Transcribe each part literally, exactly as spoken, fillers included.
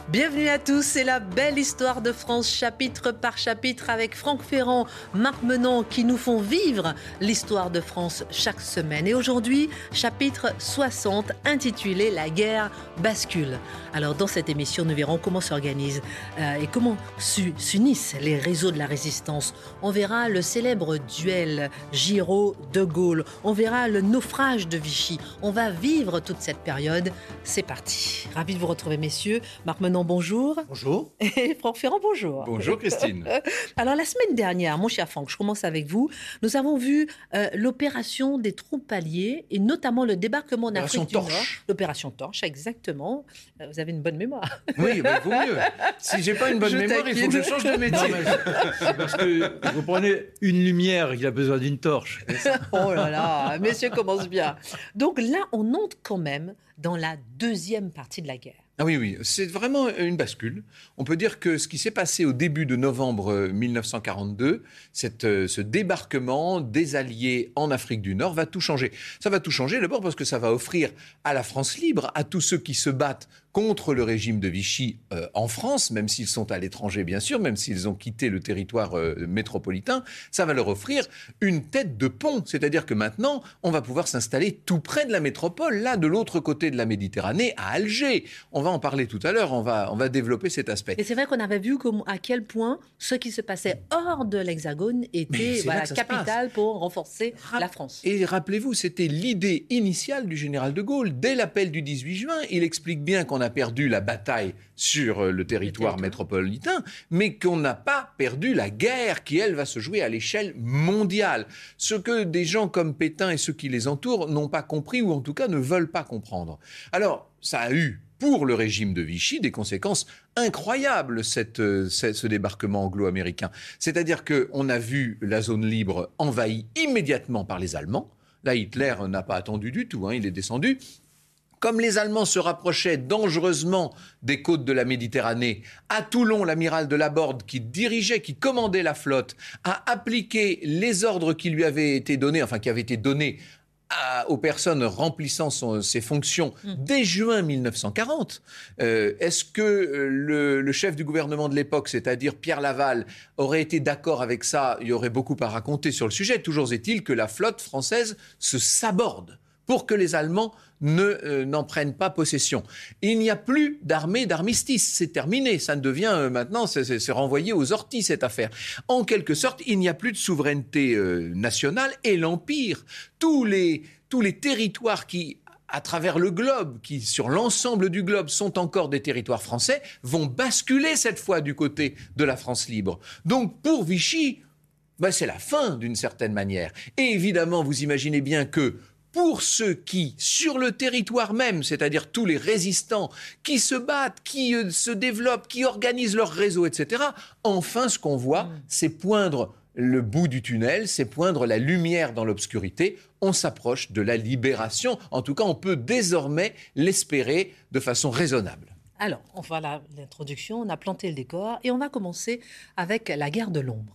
Bienvenue à tous, c'est la belle histoire de France, chapitre par chapitre, avec Franck Ferrand, Marc Menon, qui nous font vivre l'histoire de France chaque semaine. Et aujourd'hui, chapitre soixante, intitulé « La guerre bascule ». Alors dans cette émission, nous verrons comment s'organisent euh, et comment s'unissent les réseaux de la résistance. On verra le célèbre duel Giraud-De Gaulle, on verra le naufrage de Vichy. On va vivre toute cette période. C'est parti. Ravi de vous retrouver, messieurs. Marc Menon, bonjour. Bonjour. Et Franck Ferrand, bonjour. Bonjour Christine. Alors la semaine dernière, mon cher Franck, je commence avec vous. Nous avons vu euh, l'opération des troupes alliées et notamment le débarquement en Afrique du Nord. L'opération Torche, exactement. Euh, vous avez une bonne mémoire. Oui, mais il vaut mieux. Si j'ai pas une bonne Je mémoire, taquine. il faut que je change de métier. Non, mais c'est parce que vous prenez une lumière, il a besoin d'une torche. Oh là là, messieurs commencent bien. Donc là, on entre quand même dans la deuxième partie de la guerre. Ah oui, oui, c'est vraiment une bascule. On peut dire que ce qui s'est passé au début de novembre mille neuf cent quarante-deux, cette, ce débarquement des Alliés en Afrique du Nord va tout changer. Ça va tout changer d'abord parce que ça va offrir à la France libre, à tous ceux qui se battent contre le régime de Vichy euh, en France, même s'ils sont à l'étranger bien sûr, même s'ils ont quitté le territoire euh, métropolitain, ça va leur offrir une tête de pont. C'est-à-dire que maintenant, on va pouvoir s'installer tout près de la métropole, là, de l'autre côté de la Méditerranée, à Alger. On va en parler tout à l'heure, on va, on va développer cet aspect. Et c'est vrai qu'on avait vu comment, à quel point ce qui se passait hors de l'Hexagone était voilà, capital pour renforcer Ra- la France. Et rappelez-vous, c'était l'idée initiale du général de Gaulle. Dès l'appel du dix-huit juin, il explique bien qu'on a perdu la bataille sur le territoire Le métropolitain, mais qu'on n'a pas perdu la guerre qui, elle, va se jouer à l'échelle mondiale. Ce que des gens comme Pétain et ceux qui les entourent n'ont pas compris, ou en tout cas ne veulent pas comprendre. Alors, ça a eu pour le régime de Vichy des conséquences incroyables, cette, euh, ce débarquement anglo-américain. C'est-à-dire qu'on a vu la zone libre envahie immédiatement par les Allemands. Là, Hitler n'a pas attendu du tout, hein, il est descendu. Comme les Allemands se rapprochaient dangereusement des côtes de la Méditerranée, à Toulon, l'amiral de Laborde, qui dirigeait, qui commandait la flotte, a appliqué les ordres qui lui avaient été donnés, enfin qui avaient été donnés à, aux personnes remplissant son, ses fonctions mmh. dès juin mille neuf cent quarante. Euh, est-ce que euh, le, le chef du gouvernement de l'époque, c'est-à-dire Pierre Laval, aurait été d'accord avec ça? Il y aurait beaucoup à raconter sur le sujet. Toujours est-il que la flotte française se saborde pour que les Allemands ne, euh, n'en prennent pas possession. Il n'y a plus d'armée d'armistice, c'est terminé, ça ne devient euh, maintenant, c'est, c'est, c'est renvoyé aux orties cette affaire. En quelque sorte, il n'y a plus de souveraineté euh, nationale et l'Empire, tous les, tous les territoires qui, à travers le globe, qui sur l'ensemble du globe sont encore des territoires français, vont basculer cette fois du côté de la France libre. Donc pour Vichy, ben, c'est la fin d'une certaine manière. Et évidemment, vous imaginez bien que pour ceux qui, sur le territoire même, c'est-à-dire tous les résistants, qui se battent, qui euh, se développent, qui organisent leur réseau, et cetera, enfin, ce qu'on voit, mmh. c'est poindre le bout du tunnel, c'est poindre la lumière dans l'obscurité. On s'approche de la libération. En tout cas, on peut désormais l'espérer de façon raisonnable. Alors, voilà l'introduction, on a planté le décor et on va commencer avec la guerre de l'ombre.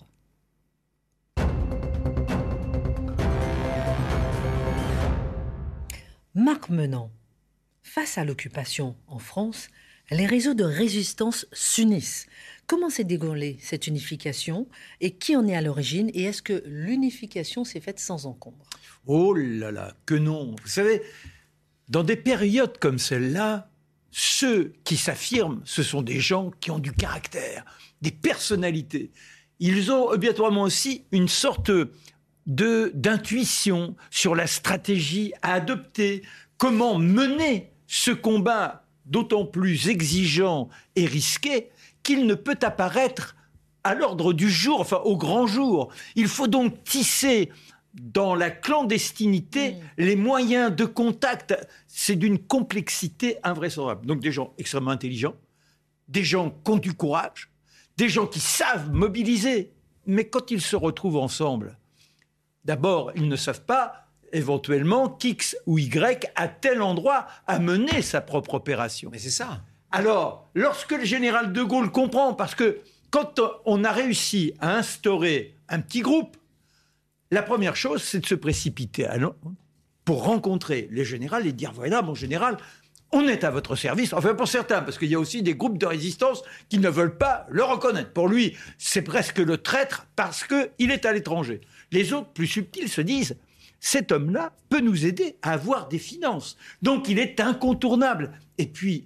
Marc Menon, face à l'occupation en France, les réseaux de résistance s'unissent. Comment s'est déroulée cette unification et qui en est à l'origine? Et est-ce que l'unification s'est faite sans encombre? Oh là là, que non. Vous savez, dans des périodes comme celle-là, ceux qui s'affirment, ce sont des gens qui ont du caractère, des personnalités. Ils ont obligatoirement aussi une sorte de, d'intuition sur la stratégie à adopter, comment mener ce combat d'autant plus exigeant et risqué qu'il ne peut apparaître à l'ordre du jour, enfin au grand jour. Il faut donc tisser dans la clandestinité mmh. les moyens de contact. C'est d'une complexité invraisemblable. Donc des gens extrêmement intelligents, des gens qui ont du courage, des gens qui savent mobiliser. Mais quand ils se retrouvent ensemble, d'abord, ils ne savent pas éventuellement qu'X ou Y à tel endroit a mené sa propre opération. Mais c'est ça. Alors, lorsque le général de Gaulle comprend, parce que quand on a réussi à instaurer un petit groupe, la première chose, c'est de se précipiter à pour rencontrer les généraux et dire, voilà, mon général, On est à votre service, enfin pour certains, parce qu'il y a aussi des groupes de résistance qui ne veulent pas le reconnaître. Pour lui, c'est presque le traître parce qu'il est à l'étranger. Les autres, plus subtils, se disent « cet homme-là peut nous aider à avoir des finances. Donc il est incontournable. » Et puis,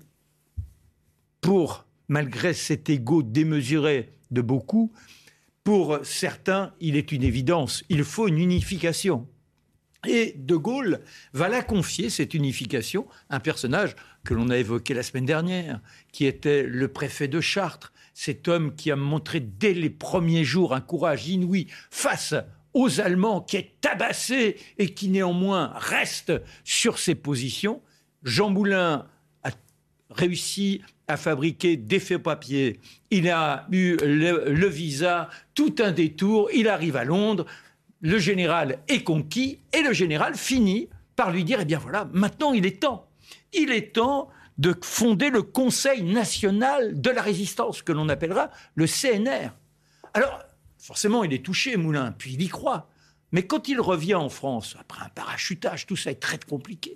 pour, malgré cet égo démesuré de beaucoup, pour certains, il est une évidence. Il faut une unification. Et De Gaulle va la confier, cette unification, à un personnage que l'on a évoqué la semaine dernière, qui était le préfet de Chartres, cet homme qui a montré dès les premiers jours un courage inouï face aux Allemands, qui est tabassé et qui néanmoins reste sur ses positions. Jean Moulin a réussi à fabriquer des faits papiers. Il a eu le, le visa, tout un détour, il arrive à Londres. Le général est conquis et le général finit par lui dire « Eh bien voilà, maintenant il est temps. Il est temps de fonder le Conseil national de la résistance, que l'on appellera le C N R. » Alors, forcément, il est touché, Moulin, puis il y croit. Mais quand il revient en France, après un parachutage, tout ça est très compliqué,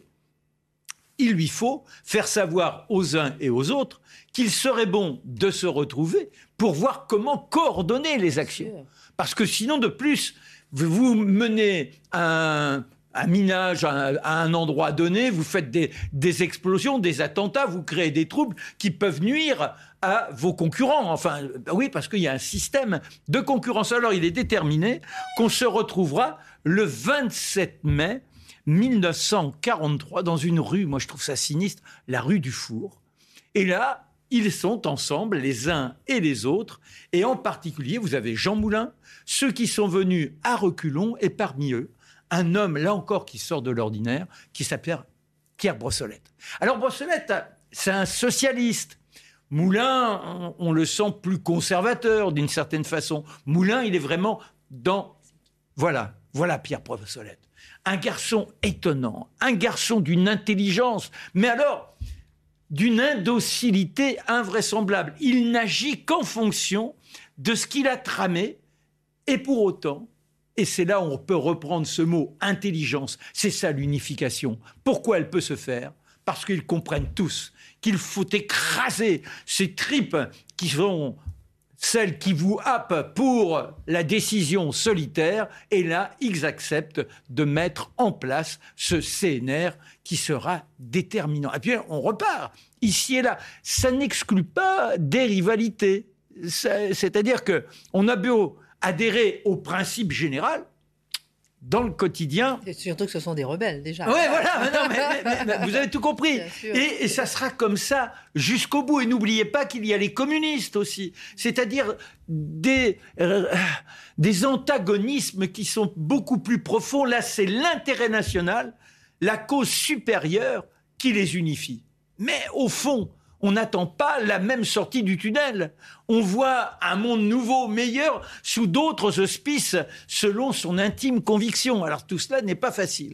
il lui faut faire savoir aux uns et aux autres qu'il serait bon de se retrouver pour voir comment coordonner les actions. Parce que sinon, de plus, vous menez un, un minage à un, à un endroit donné, vous faites des, des explosions, des attentats, vous créez des troubles qui peuvent nuire à vos concurrents. Enfin, oui, parce qu'il y a un système de concurrence. Alors, il est déterminé qu'on se retrouvera le vingt-sept mai mille neuf cent quarante-trois dans une rue, moi je trouve ça sinistre, la rue du Four. Et là, ils sont ensemble, les uns et les autres. Et en particulier, vous avez Jean Moulin, ceux qui sont venus à reculons, et parmi eux, un homme, là encore, qui sort de l'ordinaire, qui s'appelle Pierre Brossolette. Alors Brossolette, c'est un socialiste. Moulin, on, on le sent plus conservateur d'une certaine façon. Moulin, il est vraiment dans... Voilà, voilà Pierre Brossolette. Un garçon étonnant, un garçon d'une intelligence, mais alors d'une indocilité invraisemblable. Il n'agit qu'en fonction de ce qu'il a tramé, et pour autant, et c'est là où on peut reprendre ce mot intelligence, c'est ça l'unification. Pourquoi elle peut se faire ? Parce qu'ils comprennent tous qu'il faut écraser ces tripes qui sont celles qui vous happent pour la décision solitaire, et là, ils acceptent de mettre en place ce C N R qui sera déterminant. Et puis, on repart, ici et là. Ça n'exclut pas des rivalités. C'est-à-dire qu'on a beau adhérer au principe général, dans le quotidien... Et surtout que ce sont des rebelles, déjà. Oui, voilà, mais non, mais, mais, mais, vous avez tout compris. Et, et ça sera comme ça jusqu'au bout. Et n'oubliez pas qu'il y a les communistes aussi. C'est-à-dire des, euh, des antagonismes qui sont beaucoup plus profonds. Là, c'est l'intérêt national, la cause supérieure qui les unifie. Mais au fond, on n'attend pas la même sortie du tunnel. On voit un monde nouveau, meilleur, sous d'autres auspices, selon son intime conviction. Alors tout cela n'est pas facile.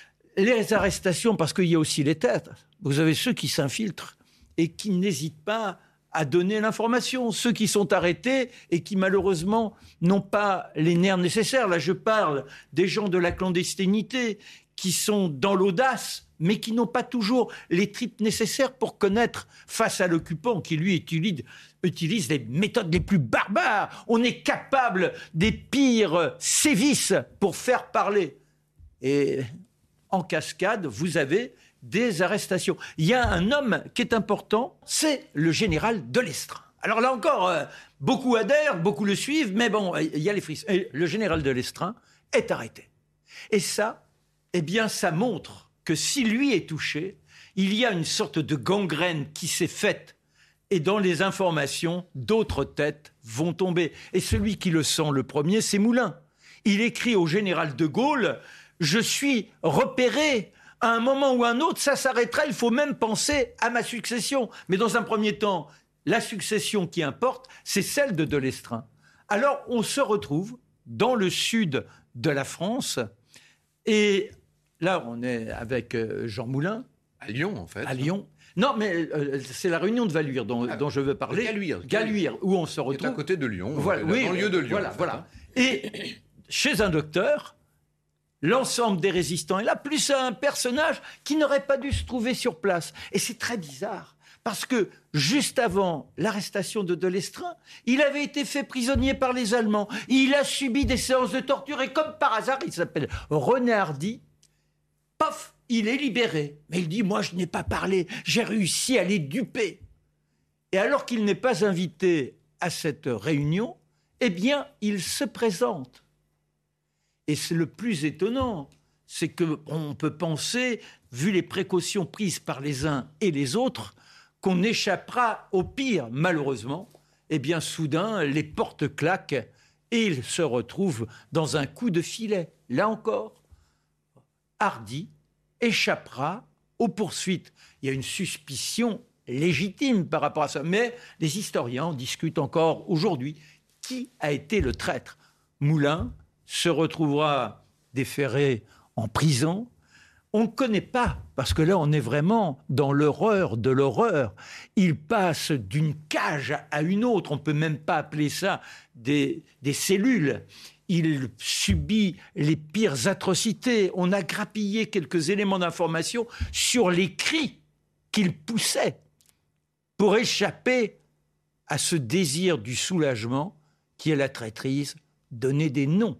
Les arrestations, parce qu'il y a aussi les têtes. Vous avez ceux qui s'infiltrent et qui n'hésitent pas à donner l'information. Ceux qui sont arrêtés et qui malheureusement n'ont pas les nerfs nécessaires. Là, je parle des gens de la clandestinité qui sont dans l'audace, mais qui n'ont pas toujours les tripes nécessaires pour connaître face à l'occupant qui, lui, utilise, utilise les méthodes les plus barbares. On est capable des pires sévices pour faire parler. Et en cascade, vous avez des arrestations. Il y a un homme qui est important, c'est le général de Lestrin. Alors là encore, euh, beaucoup adhèrent, beaucoup le suivent, mais bon, il y a les frissons. Et le général de Lestrin est arrêté. Et ça, eh bien, ça montre que si lui est touché, il y a une sorte de gangrène qui s'est faite. Et dans les informations, d'autres têtes vont tomber. Et celui qui le sent le premier, c'est Moulin. Il écrit au général de Gaulle « Je suis repéré. À un moment ou un autre, ça s'arrêtera. Il faut même penser à ma succession. » Mais dans un premier temps, la succession qui importe, c'est celle de de Lestrin. Alors, on se retrouve dans le sud de la France. Et là, on est avec Jean Moulin. À Lyon, en fait. À Lyon. Non, mais euh, c'est la réunion de Valluire dont, ah, dont je veux parler. Galuire. Galuire, où on se retrouve. Qui est à côté de Lyon, voilà, oui, dans le lieu de Lyon. Voilà, en fait, voilà. Hein. Et chez un docteur l'ensemble des résistants est là, plus un personnage qui n'aurait pas dû se trouver sur place. Et c'est très bizarre, parce que juste avant l'arrestation de Delestrin, il avait été fait prisonnier par les Allemands. Il a subi des séances de torture, et comme par hasard, il s'appelle René Hardy, paf, il est libéré. Mais il dit, moi je n'ai pas parlé, j'ai réussi à les duper. Et alors qu'il n'est pas invité à cette réunion, eh bien, il se présente. Et c'est le plus étonnant, c'est qu'on peut penser, vu les précautions prises par les uns et les autres, qu'on échappera au pire. Malheureusement, eh bien, soudain, les portes claquent et il se retrouve dans un coup de filet. Là encore, Hardy échappera aux poursuites. Il y a une suspicion légitime par rapport à ça, mais les historiens en discutent encore aujourd'hui. Qui a été le traître ? Moulin se retrouvera déféré en prison. On ne connaît pas, parce que là, on est vraiment dans l'horreur de l'horreur. Il passe d'une cage à une autre. On ne peut même pas appeler ça des, des cellules. Il subit les pires atrocités. On a grappillé quelques éléments d'information sur les cris qu'il poussait pour échapper à ce désir du soulagement qui est la traîtrise, donner des noms.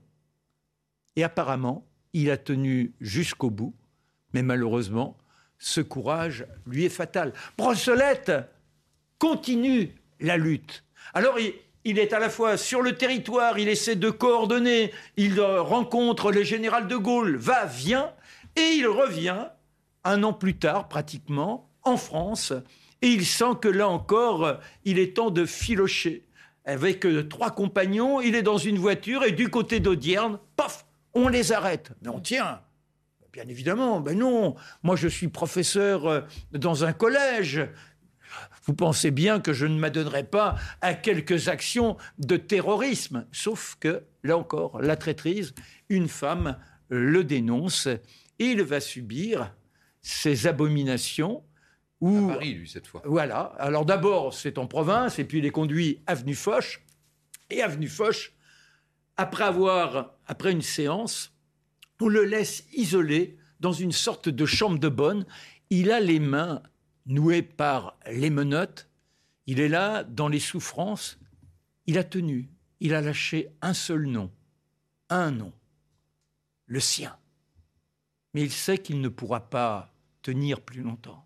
Et apparemment, il a tenu jusqu'au bout, mais malheureusement, ce courage lui est fatal. Brossolette continue la lutte. Alors, il, il est à la fois sur le territoire, il essaie de coordonner, il rencontre le général de Gaulle, va, vient, et il revient, un an plus tard, pratiquement, en France, et il sent que là encore, il est temps de filocher. Avec euh, trois compagnons, il est dans une voiture, et du côté d'Audierne, paf, on les arrête. Mais on tient. Bien évidemment, ben non. Moi, je suis professeur euh, dans un collège. Vous pensez bien que je ne m'adonnerai pas à quelques actions de terrorisme. Sauf que, là encore, la traîtrise, une femme le dénonce et il va subir ces abominations. Où, à Paris, lui, cette fois. Voilà. Alors d'abord, c'est en province, et puis il est conduit avenue Foch. Et avenue Foch, après avoir, après une séance, on le laisse isolé dans une sorte de chambre de bonne. Il a les mains nouées par les menottes. Il est là, dans les souffrances. Il a tenu. Il a lâché un seul nom. Un nom. Le sien. Mais il sait qu'il ne pourra pas tenir plus longtemps.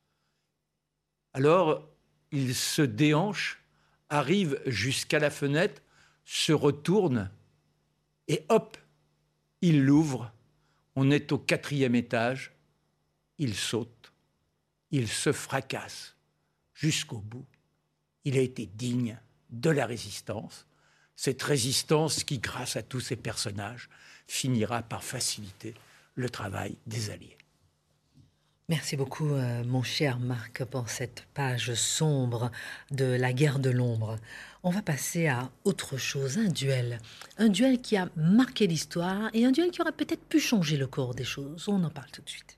Alors, il se déhanche, arrive jusqu'à la fenêtre, se retourne et hop, il l'ouvre. On est au quatrième étage. Il saute, il se fracasse jusqu'au bout. Il a été digne de la résistance. Cette résistance qui, grâce à tous ces personnages, finira par faciliter le travail des Alliés. Merci beaucoup, euh, mon cher Marc, pour cette page sombre de la guerre de l'ombre. On va passer à autre chose, un duel. Un duel qui a marqué l'histoire et un duel qui aurait peut-être pu changer le cours des choses. On en parle tout de suite.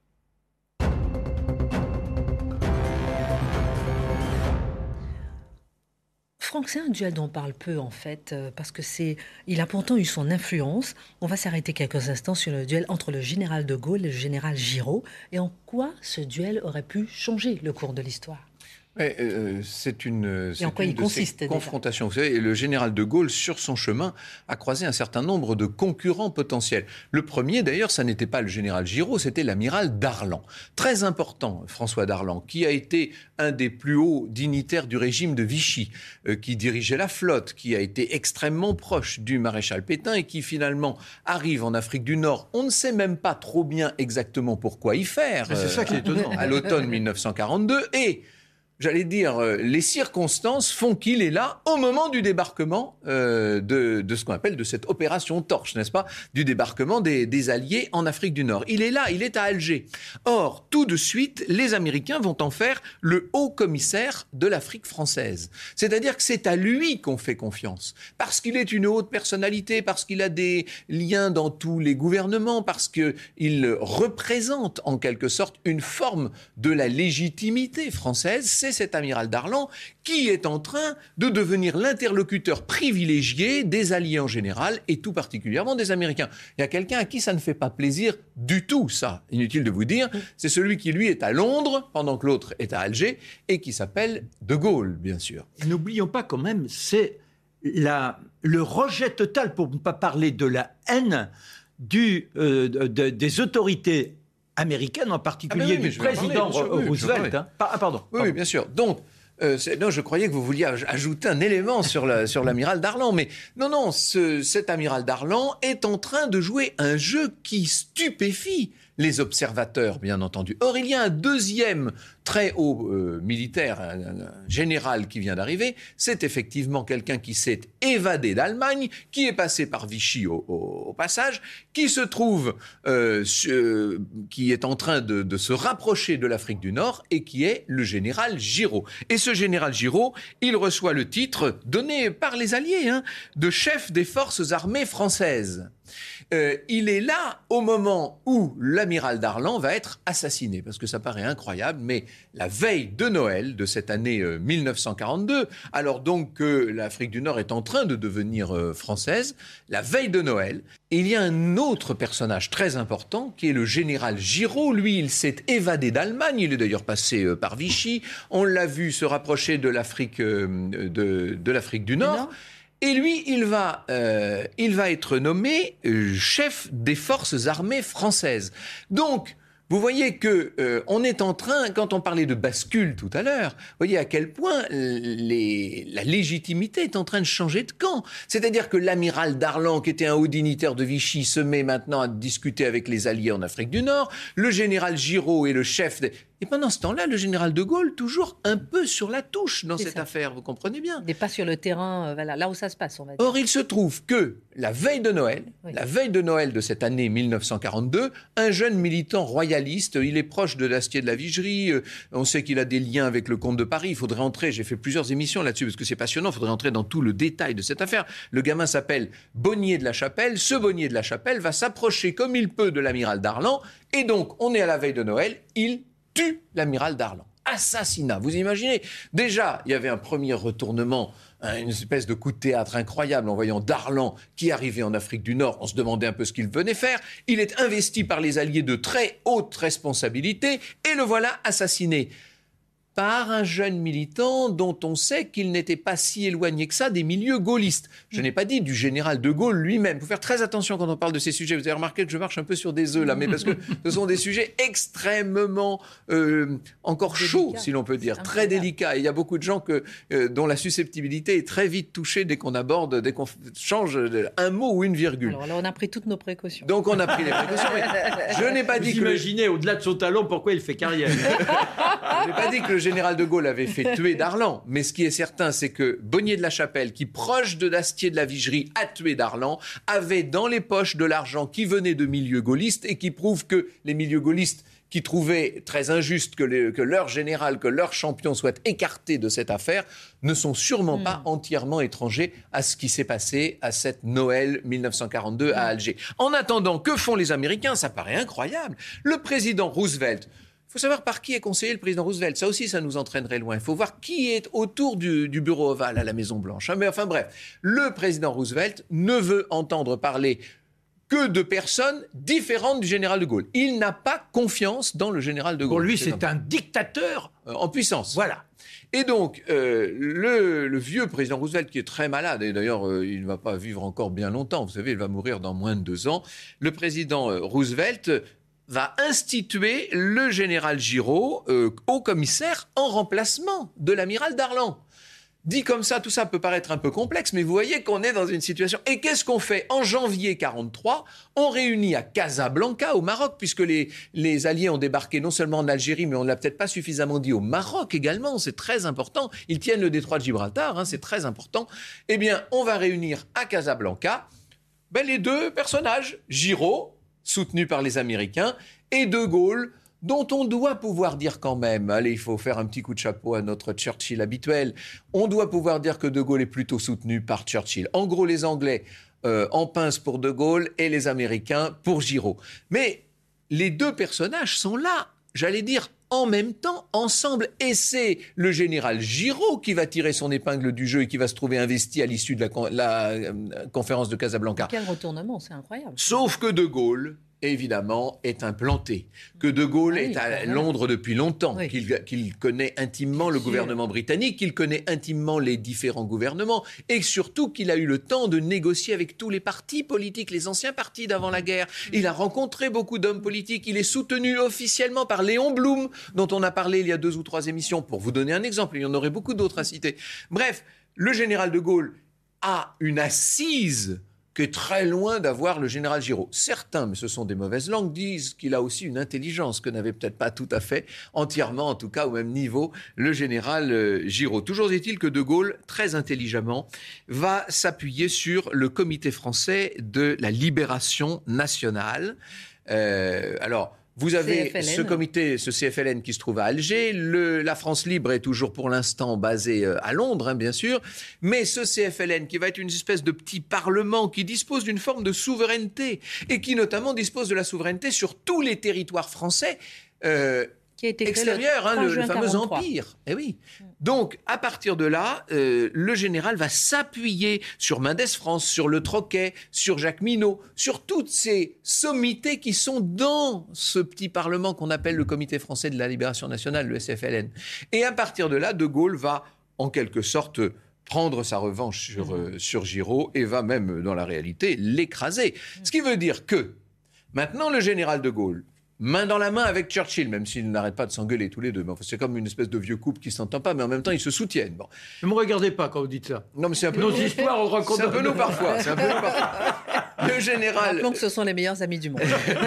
Franck, c'est un duel dont on parle peu en fait, euh, parce que c'est, il a pourtant eu son influence. On va s'arrêter quelques instants sur le duel entre le général de Gaulle et le général Giraud, et en quoi ce duel aurait pu changer le cours de l'histoire. Ouais, euh, c'est une, c'est et en quoi une il de consiste ces déjà. confrontations. Vous savez, le général de Gaulle, sur son chemin, a croisé un certain nombre de concurrents potentiels. Le premier, d'ailleurs, ça n'était pas le général Giraud, c'était l'amiral Darlan. Très important, François Darlan, qui a été un des plus hauts dignitaires du régime de Vichy, euh, qui dirigeait la flotte, qui a été extrêmement proche du maréchal Pétain et qui finalement arrive en Afrique du Nord. On ne sait même pas trop bien exactement pourquoi y faire. C'est ça qui est étonnant. À l'automne mille neuf cent quarante-deux. Et j'allais dire, euh, les circonstances font qu'il est là au moment du débarquement euh, de, de ce qu'on appelle de cette opération Torche, n'est-ce pas ? Du débarquement des, des Alliés en Afrique du Nord. Il est là, il est à Alger. Or, tout de suite, les Américains vont en faire le haut commissaire de l'Afrique française. C'est-à-dire que c'est à lui qu'on fait confiance. Parce qu'il est une haute personnalité, parce qu'il a des liens dans tous les gouvernements, parce qu'il représente en quelque sorte une forme de la légitimité française. C'est c'est cet amiral Darlan qui est en train de devenir l'interlocuteur privilégié des Alliés en général et tout particulièrement des Américains. Il y a quelqu'un à qui ça ne fait pas plaisir du tout, ça, inutile de vous dire. C'est celui qui, lui, est à Londres pendant que l'autre est à Alger et qui s'appelle De Gaulle, bien sûr. Et n'oublions pas quand même, c'est la, le rejet total, pour ne pas parler de la haine, du, euh, de, des autorités américaines, en particulier ah ben oui, du président parler, Roosevelt. Hein. Ah, pardon. Oui, pardon. oui, bien sûr. Donc, euh, non, je croyais que vous vouliez ajouter un élément sur, la, sur l'amiral Darlan. Mais non, non, ce, cet amiral Darlan est en train de jouer un jeu qui stupéfie les observateurs, bien entendu. Or, il y a un deuxième très haut euh, militaire, un, un général qui vient d'arriver. C'est effectivement quelqu'un qui s'est évadé d'Allemagne, qui est passé par Vichy au, au, au passage, qui se trouve, euh, euh, qui est en train de, de se rapprocher de l'Afrique du Nord et qui est le général Giraud. Et ce général Giraud, il reçoit le titre donné par les Alliés, hein, de chef des forces armées françaises. Euh, il est là au moment où l'amiral Darlan va être assassiné, parce que ça paraît incroyable, mais la veille de Noël de cette année euh, mille neuf cent quarante-deux, alors donc que l'Afrique du Nord est en train de devenir euh, française, la veille de Noël, il y a un autre personnage très important qui est le général Giraud. Lui, il s'est évadé d'Allemagne, il est d'ailleurs passé euh, par Vichy, on l'a vu se rapprocher de l'Afrique, euh, de, de l'Afrique du Nord. Non. Et lui, il va, euh, il va être nommé euh, chef des forces armées françaises. Donc, vous voyez que euh, on est en train, quand on parlait de bascule tout à l'heure, vous voyez à quel point les, la légitimité est en train de changer de camp. C'est-à-dire que l'amiral Darlan, qui était un haut dignitaire de Vichy, se met maintenant à discuter avec les Alliés en Afrique du Nord. Le général Giraud est le chef des... Et pendant ce temps-là, le général de Gaulle, toujours un peu sur la touche dans C'est cette ça. affaire, vous comprenez bien. Il n'est pas sur le terrain, euh, voilà, là où ça se passe, on va dire. Or, il se trouve que la veille de Noël, oui. la veille de Noël de cette année mille neuf cent quarante-deux, un jeune militant royaliste, il est proche de l'Astier de la Vigerie, euh, on sait qu'il a des liens avec le comte de Paris, il faudrait entrer, j'ai fait plusieurs émissions là-dessus parce que c'est passionnant, il faudrait entrer dans tout le détail de cette affaire. Le gamin s'appelle Bonnier de la Chapelle, ce Bonnier de la Chapelle va s'approcher comme il peut de l'amiral Darlan, et donc on est à la veille de Noël, il tue l'amiral Darlan. Assassinat, vous imaginez? Déjà, il y avait un premier retournement, une espèce de coup de théâtre incroyable en voyant Darlan qui arrivait en Afrique du Nord. On se demandait un peu ce qu'il venait faire. Il est investi par les Alliés de très haute responsabilité et le voilà assassiné par un jeune militant dont on sait qu'il n'était pas si éloigné que ça des milieux gaullistes. Je n'ai pas dit du général de Gaulle lui-même. Il faut faire très attention quand on parle de ces sujets. Vous avez remarqué que je marche un peu sur des œufs là, mais parce que ce sont des sujets extrêmement euh, encore chauds, si l'on peut dire, très délicats. Et il y a beaucoup de gens que, euh, dont la susceptibilité est très vite touchée dès qu'on aborde, dès qu'on change un mot ou une virgule. Alors là, on a pris toutes nos précautions. Donc on a pris les précautions. Mais je n'ai pas Vous dit que... imaginez, au-delà de son talent, pourquoi il fait carrière. Je n'ai pas dit que le général de Gaulle avait fait tuer Darlan, mais ce qui est certain, c'est que Bonnier de la Chapelle, qui proche de l'Astier de la Vigerie a tué Darlan, avait dans les poches de l'argent qui venait de milieux gaullistes et qui prouve que les milieux gaullistes qui trouvaient très injuste que, les, que leur général, que leur champion soit écarté de cette affaire, ne sont sûrement mmh. pas entièrement étrangers à ce qui s'est passé à cette Noël mille neuf cent quarante-deux à Alger. En attendant, que font les Américains? Ça paraît incroyable. Le président Roosevelt... Il faut savoir par qui est conseillé le président Roosevelt. Ça aussi, ça nous entraînerait loin. Il faut voir qui est autour du, du bureau ovale à la Maison-Blanche. Mais enfin bref, le président Roosevelt ne veut entendre parler que de personnes différentes du général de Gaulle. Il n'a pas confiance dans le général de Gaulle. Pour lui, c'est un dictateur euh, en puissance. Voilà. Et donc, euh, le, le vieux président Roosevelt, qui est très malade, et d'ailleurs, euh, il ne va pas vivre encore bien longtemps, vous savez, il va mourir dans moins de deux ans, le président euh, Roosevelt va instituer le général Giraud euh, haut commissaire en remplacement de l'amiral Darlan. Dit comme ça, tout ça peut paraître un peu complexe, mais vous voyez qu'on est dans une situation... Et qu'est-ce qu'on fait? En janvier quarante-trois, on réunit à Casablanca, au Maroc, puisque les, les Alliés ont débarqué non seulement en Algérie, mais on ne l'a peut-être pas suffisamment dit, au Maroc également, c'est très important. Ils tiennent le détroit de Gibraltar, hein, c'est très important. Eh bien, on va réunir à Casablanca ben, les deux personnages, Giraud, soutenu par les Américains, et De Gaulle, dont on doit pouvoir dire quand même, allez, il faut faire un petit coup de chapeau à notre Churchill habituel, on doit pouvoir dire que De Gaulle est plutôt soutenu par Churchill. En gros, les Anglais euh, en pince pour De Gaulle et les Américains pour Giraud. Mais les deux personnages sont là, j'allais dire, en même temps, ensemble. Et c'est le général Giraud qui va tirer son épingle du jeu et qui va se trouver investi à l'issue de la, con- la euh, conférence de Casablanca. Quel retournement, c'est incroyable. Sauf que De Gaulle, évidemment, est implanté. Que De Gaulle Ah oui, est à voilà. Londres depuis longtemps, Oui. qu'il qu'il connaît intimement le Bien sûr. gouvernement britannique, qu'il connaît intimement les différents gouvernements, et surtout qu'il a eu le temps de négocier avec tous les partis politiques, les anciens partis d'avant la guerre. Il a rencontré beaucoup d'hommes politiques. Il est soutenu officiellement par Léon Blum, dont on a parlé il y a deux ou trois émissions, pour vous donner un exemple. Il y en aurait beaucoup d'autres à citer. Bref, le général de Gaulle a une assise qui est très loin d'avoir le général Giraud. Certains, mais ce sont des mauvaises langues, disent qu'il a aussi une intelligence que n'avait peut-être pas tout à fait, entièrement en tout cas au même niveau, le général euh, Giraud. Toujours est-il que De Gaulle, très intelligemment, va s'appuyer sur le Comité français de la libération nationale. Euh, alors, vous avez C F L N. ce comité, ce C F L N qui se trouve à Alger. Le, la France libre est toujours pour l'instant basée euh, à Londres, hein, bien sûr. Mais ce C F L N qui va être une espèce de petit parlement qui dispose d'une forme de souveraineté et qui notamment dispose de la souveraineté sur tous les territoires français euh, Qui a été créé extérieurs, hein, trois le, le juin fameux quarante-trois. empire. Eh oui. Donc, à partir de là, euh, le général va s'appuyer sur Mendès France, sur Le Troquet, sur Jacques Minot, sur toutes ces sommités qui sont dans ce petit parlement qu'on appelle le Comité français de la libération nationale, le S F L N. Et à partir de là, De Gaulle va, en quelque sorte, prendre sa revanche sur, euh, sur Giraud et va même, dans la réalité, l'écraser. Ce qui veut dire que, maintenant, le général De Gaulle, main dans la main avec Churchill, même s'ils n'arrêtent pas de s'engueuler tous les deux. Mais enfin, c'est comme une espèce de vieux couple qui ne s'entend pas, mais en même temps, ils se soutiennent. Bon. Ne me regardez pas quand vous dites ça. Non, mais c'est un peu Nos nous. histoires, on raconte. C'est un peu nous parfois. C'est un peu nous parfois. Le général, Rappelons que ce sont les meilleurs amis du monde.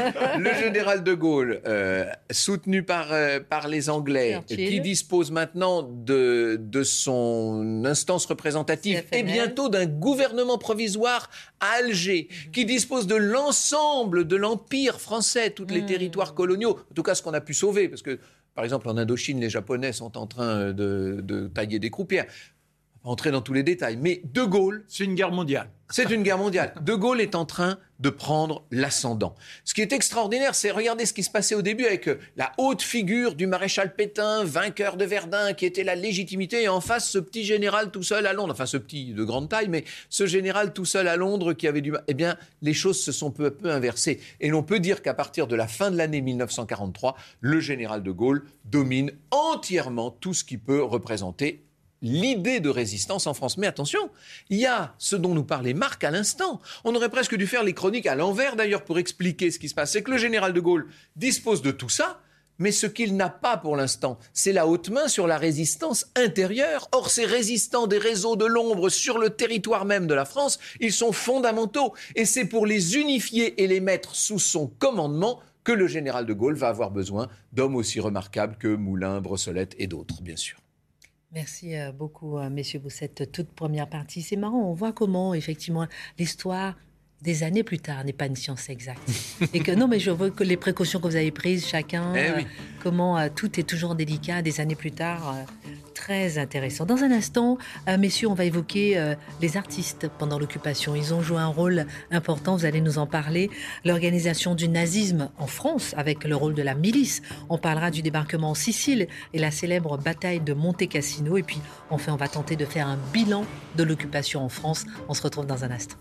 le général de Gaulle, euh, soutenu par, euh, par les Anglais, Churchill. qui dispose maintenant de, de son instance représentative C F L N. et bientôt d'un gouvernement provisoire à Alger, qui dispose de l'ensemble de l'empire français, tous les Mmh. territoires coloniaux, en tout cas ce qu'on a pu sauver, parce que par exemple en Indochine, les Japonais sont en train de, de tailler des croupières. On va pas entrer dans tous les détails, mais De Gaulle, C'est une guerre mondiale. c'est une guerre mondiale. De Gaulle est en train de prendre l'ascendant. Ce qui est extraordinaire, c'est regarder ce qui se passait au début avec euh, la haute figure du maréchal Pétain, vainqueur de Verdun, qui était la légitimité, et en face, ce petit général tout seul à Londres, enfin ce petit de grande taille, mais ce général tout seul à Londres qui avait du mal. Eh bien, les choses se sont peu à peu inversées. Et l'on peut dire qu'à partir de la fin de l'année mille neuf cent quarante-trois, le général de Gaulle domine entièrement tout ce qui peut représenter l'idée de résistance en France. Mais attention, il y a ce dont nous parlait Marc à l'instant. On aurait presque dû faire les chroniques à l'envers d'ailleurs pour expliquer ce qui se passe. C'est que le général de Gaulle dispose de tout ça, mais ce qu'il n'a pas pour l'instant, c'est la haute main sur la résistance intérieure. Or, ces résistants des réseaux de l'ombre sur le territoire même de la France, ils sont fondamentaux. Et c'est pour les unifier et les mettre sous son commandement que le général de Gaulle va avoir besoin d'hommes aussi remarquables que Moulin, Brossolette et d'autres, bien sûr. Merci euh, beaucoup, euh, messieurs, pour cette toute première partie. C'est marrant, on voit comment, effectivement, l'histoire des années plus tard n'est pas une science exacte. Et que non, mais je vois que les précautions que vous avez prises, chacun, Eh oui. euh, comment euh, tout est toujours délicat des années plus tard. euh, très intéressant. Dans un instant, euh, messieurs, on va évoquer euh, les artistes pendant l'occupation. Ils ont joué un rôle important, vous allez nous en parler. L'organisation du nazisme en France, avec le rôle de la milice. On parlera du débarquement en Sicile et la célèbre bataille de Monte Cassino. Et puis, enfin, on va tenter de faire un bilan de l'occupation en France. On se retrouve dans un instant.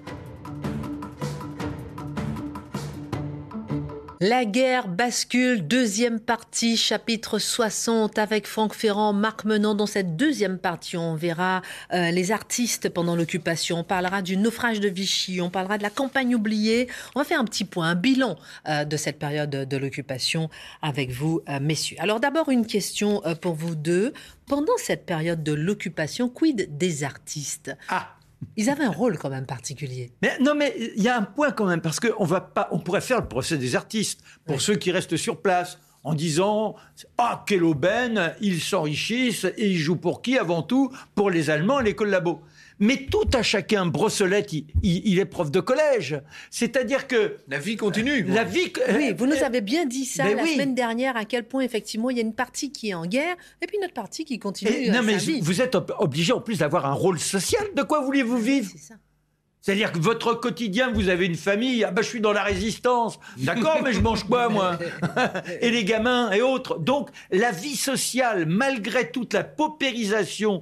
La guerre bascule, deuxième partie, chapitre soixante, avec Franck Ferrand, Marc Menant. Dans cette deuxième partie, on verra euh, les artistes pendant l'occupation. On parlera du naufrage de Vichy, on parlera de la campagne oubliée. On va faire un petit point, un bilan euh, de cette période de, de l'occupation avec vous, euh, messieurs. Alors d'abord, une question euh, pour vous deux. Pendant cette période de l'occupation, quid des artistes ? Ah Ils avaient un rôle quand même particulier. Mais non, mais il y a un point quand même, parce qu'on va pas, on pourrait faire le procès des artistes pour Oui. ceux qui restent sur place en disant ah quelle aubaine, ils s'enrichissent et ils jouent pour qui avant tout? Pour les Allemands, les collabos. Mais tout à chacun, Brossolette, il, il, il est prof de collège, c'est-à-dire que La vie continue. la vie. Oui, vous nous avez bien dit ça Mais la oui. semaine dernière, à quel point effectivement il y a une partie qui est en guerre et puis une autre partie qui continue Et- euh, non, sa mais vie. vous êtes ob- obligé en plus d'avoir un rôle social. De quoi voulez-vous vivre? C'est ça. C'est-à-dire que votre quotidien, vous avez une famille, ah ben je suis dans la résistance, d'accord, mais je mange quoi moi? Et les gamins et autres. Donc la vie sociale, malgré toute la paupérisation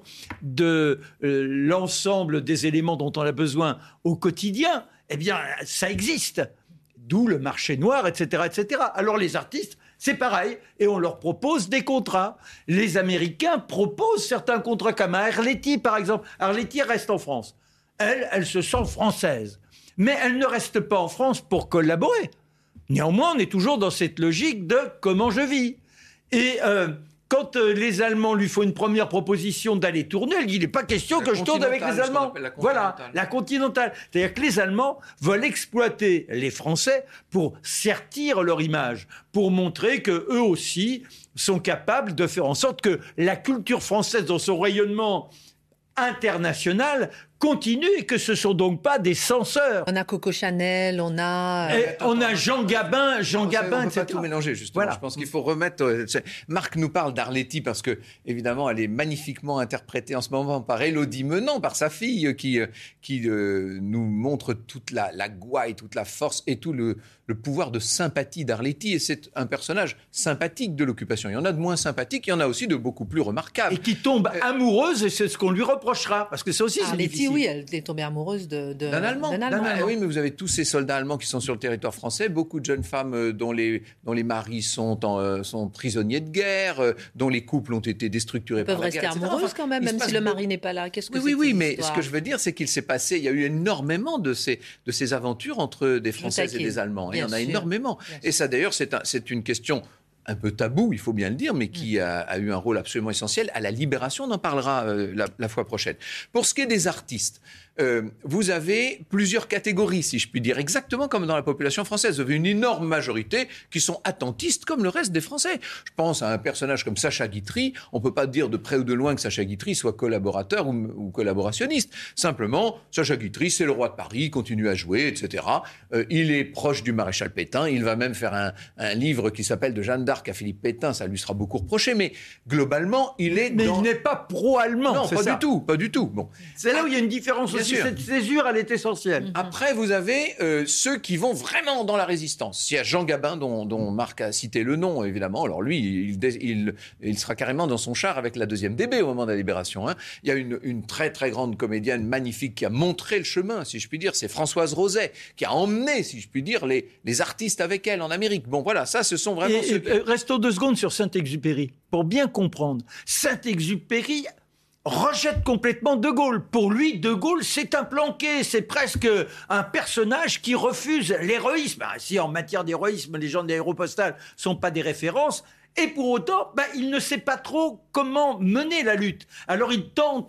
de euh, l'ensemble des éléments dont on a besoin au quotidien, eh bien ça existe. D'où le marché noir, et cetera, et cetera. Alors les artistes, c'est pareil, et on leur propose des contrats. Les Américains proposent certains contrats, comme à Arletty par exemple. Arletty reste en France. Elle, elle se sent française. Mais elle ne reste pas en France pour collaborer. Néanmoins, on est toujours dans cette logique de comment je vis. Et euh, quand euh, les Allemands lui font une première proposition d'aller tourner, elle dit, il n'est pas question la que je tourne avec les Allemands. La voilà, la continentale. C'est-à-dire que les Allemands veulent exploiter les Français pour sertir leur image, pour montrer qu'eux aussi sont capables de faire en sorte que la culture française, dans son rayonnement international, continue et que ce ne sont donc pas des censeurs. On a Coco Chanel, on a... Et on a Jean Gabin, Jean on Gabin, ne peut et cetera. pas tout mélanger, justement. Voilà. Je pense qu'il faut remettre... Euh, Marc nous parle d'Arletty parce que, évidemment, elle est magnifiquement interprétée en ce moment par Élodie Menant, par sa fille, qui, qui euh, nous montre toute la, la gouaille, toute la force et tout le, le pouvoir de sympathie d'Arletty. Et c'est un personnage sympathique de l'occupation. Il y en a de moins sympathiques, il y en a aussi de beaucoup plus remarquables. Et qui tombe euh, amoureuse, et c'est ce qu'on lui reprochera. Parce que ça aussi, c'est difficile. Arletty, oui, elle est tombée amoureuse de, de, d'un Allemand. D'un Allemand. Ah, oui, mais vous avez tous ces soldats allemands qui sont sur le territoire français, beaucoup de jeunes femmes euh, dont, les, dont les maris sont, en, euh, sont prisonniers de guerre, euh, dont les couples ont été déstructurés par la guerre. Ils peuvent rester amoureuses quand même, même si le mari n'est pas là. Qu'est-ce que oui, oui, oui, mais ce que je veux dire, c'est qu'il s'est passé, il y a eu énormément de ces, de ces aventures entre des Françaises et des Allemands. Il y en a énormément. Et ça, d'ailleurs, c'est, un, c'est une question un peu tabou, il faut bien le dire, mais qui a, a eu un rôle absolument essentiel à la libération. On en parlera euh, la, la fois prochaine. Pour ce qui est des artistes, euh, vous avez plusieurs catégories, si je puis dire, exactement comme dans la population française. Vous avez une énorme majorité qui sont attentistes comme le reste des Français. Je pense à un personnage comme Sacha Guitry. On ne peut pas dire de près ou de loin que Sacha Guitry soit collaborateur ou, ou collaborationniste. Simplement, Sacha Guitry, c'est le roi de Paris, il continue à jouer, et cetera. Euh, il est proche du maréchal Pétain. Il va même faire un, un livre qui s'appelle « De Jeanne d'Arc à Philippe Pétain ». Ça lui sera beaucoup reproché, mais globalement, il est Mais dans... il n'est pas pro-allemand. Non, pas ça. du tout, pas du tout. Bon. C'est là où il y a une différence Bien aussi. sûr. Cette césure, elle est essentielle. Après, vous avez euh, ceux qui vont vraiment dans la résistance. Il y a Jean Gabin, dont, dont Marc a cité le nom, évidemment. Alors lui, il, il, il sera carrément dans son char avec la deuxième D B au moment de la Libération. Hein. Il y a une, une très, très grande comédienne magnifique qui a montré le chemin, si je puis dire. C'est Françoise Roset, qui a emmené, si je puis dire, les, les artistes avec elle en Amérique. Bon, voilà, ça, ce sont vraiment Et, ceux et, qui... Restons deux secondes sur Saint-Exupéry. Pour bien comprendre, Saint-Exupéry rejette complètement De Gaulle. Pour lui, De Gaulle, c'est un planqué, c'est presque un personnage qui refuse l'héroïsme. Ah, si en matière d'héroïsme, les gens de l'Aéropostale ne sont pas des références, et pour autant, ben, il ne sait pas trop comment mener la lutte. Alors il tente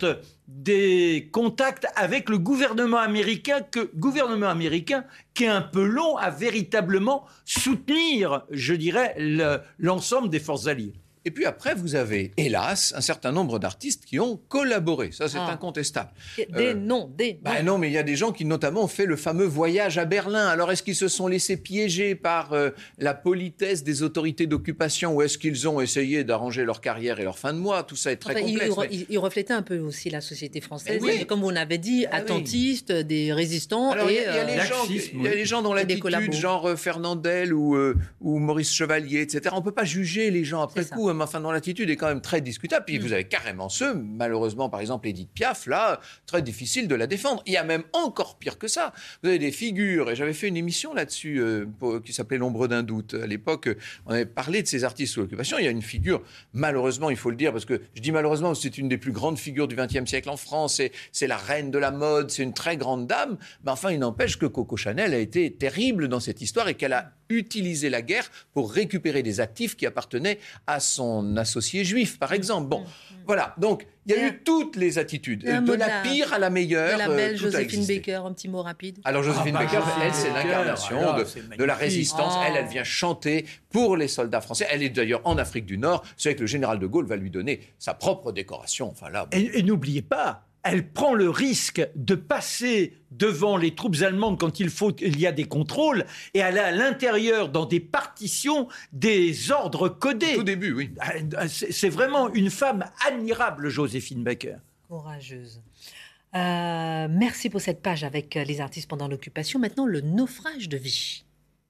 des contacts avec le gouvernement américain, que, gouvernement américain qui est un peu long à véritablement soutenir, je dirais, le, l'ensemble des forces alliées. Et puis après, vous avez, hélas, un certain nombre d'artistes qui ont collaboré. Ça, c'est ah. incontestable. Des euh, noms, des noms. Bah non, mais il y a des gens qui, notamment, ont fait le fameux voyage à Berlin. Alors, est-ce qu'ils se sont laissés piéger par euh, la politesse des autorités d'occupation ou est-ce qu'ils ont essayé d'arranger leur carrière et leur fin de mois? Tout ça est très enfin, complexe. Il, mais... il, il reflétait un peu aussi la société française. Oui. Comme on avait dit, ah, attentiste, oui. des résistants. Alors, et, il y a, il y a les euh, gens, laxisme, il y a les gens dans l'attitude, genre euh, Fernandel ou, euh, ou Maurice Chevalier, et cetera. On ne peut pas juger les gens après coup, mais enfin, dans l'attitude est quand même très discutable. Puis mmh. vous avez carrément ceux, malheureusement, par exemple, Édith Piaf, là, très difficile de la défendre. Il y a même encore pire que ça. Vous avez des figures, et j'avais fait une émission là-dessus euh, pour, qui s'appelait L'ombre d'un doute. À l'époque, on avait parlé de ces artistes sous l'occupation. Il y a une figure, malheureusement, il faut le dire, parce que je dis malheureusement, parce que c'est une des plus grandes figures du vingtième siècle en France. C'est, c'est la reine de la mode, c'est une très grande dame. Mais enfin, il n'empêche que Coco Chanel a été terrible dans cette histoire et qu'elle a utilisé la guerre pour récupérer des actifs qui appartenaient à son associé juif, par exemple. Bon, voilà. Donc, il y a eu toutes les attitudes, de la pire à la meilleure. De la belle euh, Joséphine Baker, un petit mot rapide. Alors, Joséphine ah, Baker, bah, elle, c'est l'incarnation alors, de, c'est de la résistance. Oh. Elle, elle vient chanter pour les soldats français. Elle est d'ailleurs en Afrique du Nord. C'est que le général de Gaulle va lui donner sa propre décoration. Enfin, là, bon. Et, et n'oubliez pas, elle prend le risque de passer devant les troupes allemandes quand il faut, il y a des contrôles, et elle a à l'intérieur, dans des partitions, des ordres codés. Au tout début, oui. C'est, c'est vraiment une femme admirable, Joséphine Baker. Courageuse. Euh, merci pour cette page avec les artistes pendant l'occupation. Maintenant, le naufrage de Vichy.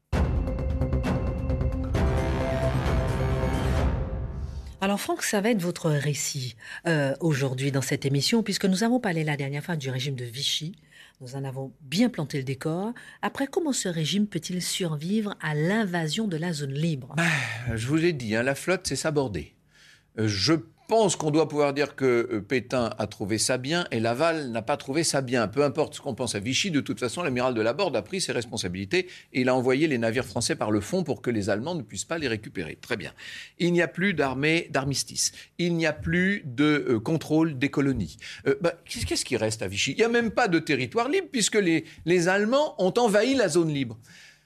Alors Franck, ça va être votre récit euh, aujourd'hui dans cette émission, puisque nous avons parlé la dernière fois du régime de Vichy. Nous en avons bien planté le décor. Après, comment ce régime peut-il survivre à l'invasion de la zone libre ? bah, Je vous ai dit, hein, la flotte s'est sabordée. Euh, je pense qu'on doit pouvoir dire que euh, Pétain a trouvé ça bien et Laval n'a pas trouvé ça bien. Peu importe ce qu'on pense à Vichy, de toute façon, l'amiral de Laborde a pris ses responsabilités et il a envoyé les navires français par le fond pour que les Allemands ne puissent pas les récupérer. Très bien. Il n'y a plus d'armée d'armistice. Il n'y a plus de euh, contrôle des colonies. Euh, bah, qu'est-ce qui reste à Vichy ? Il n'y a même pas de territoire libre puisque les, les Allemands ont envahi la zone libre.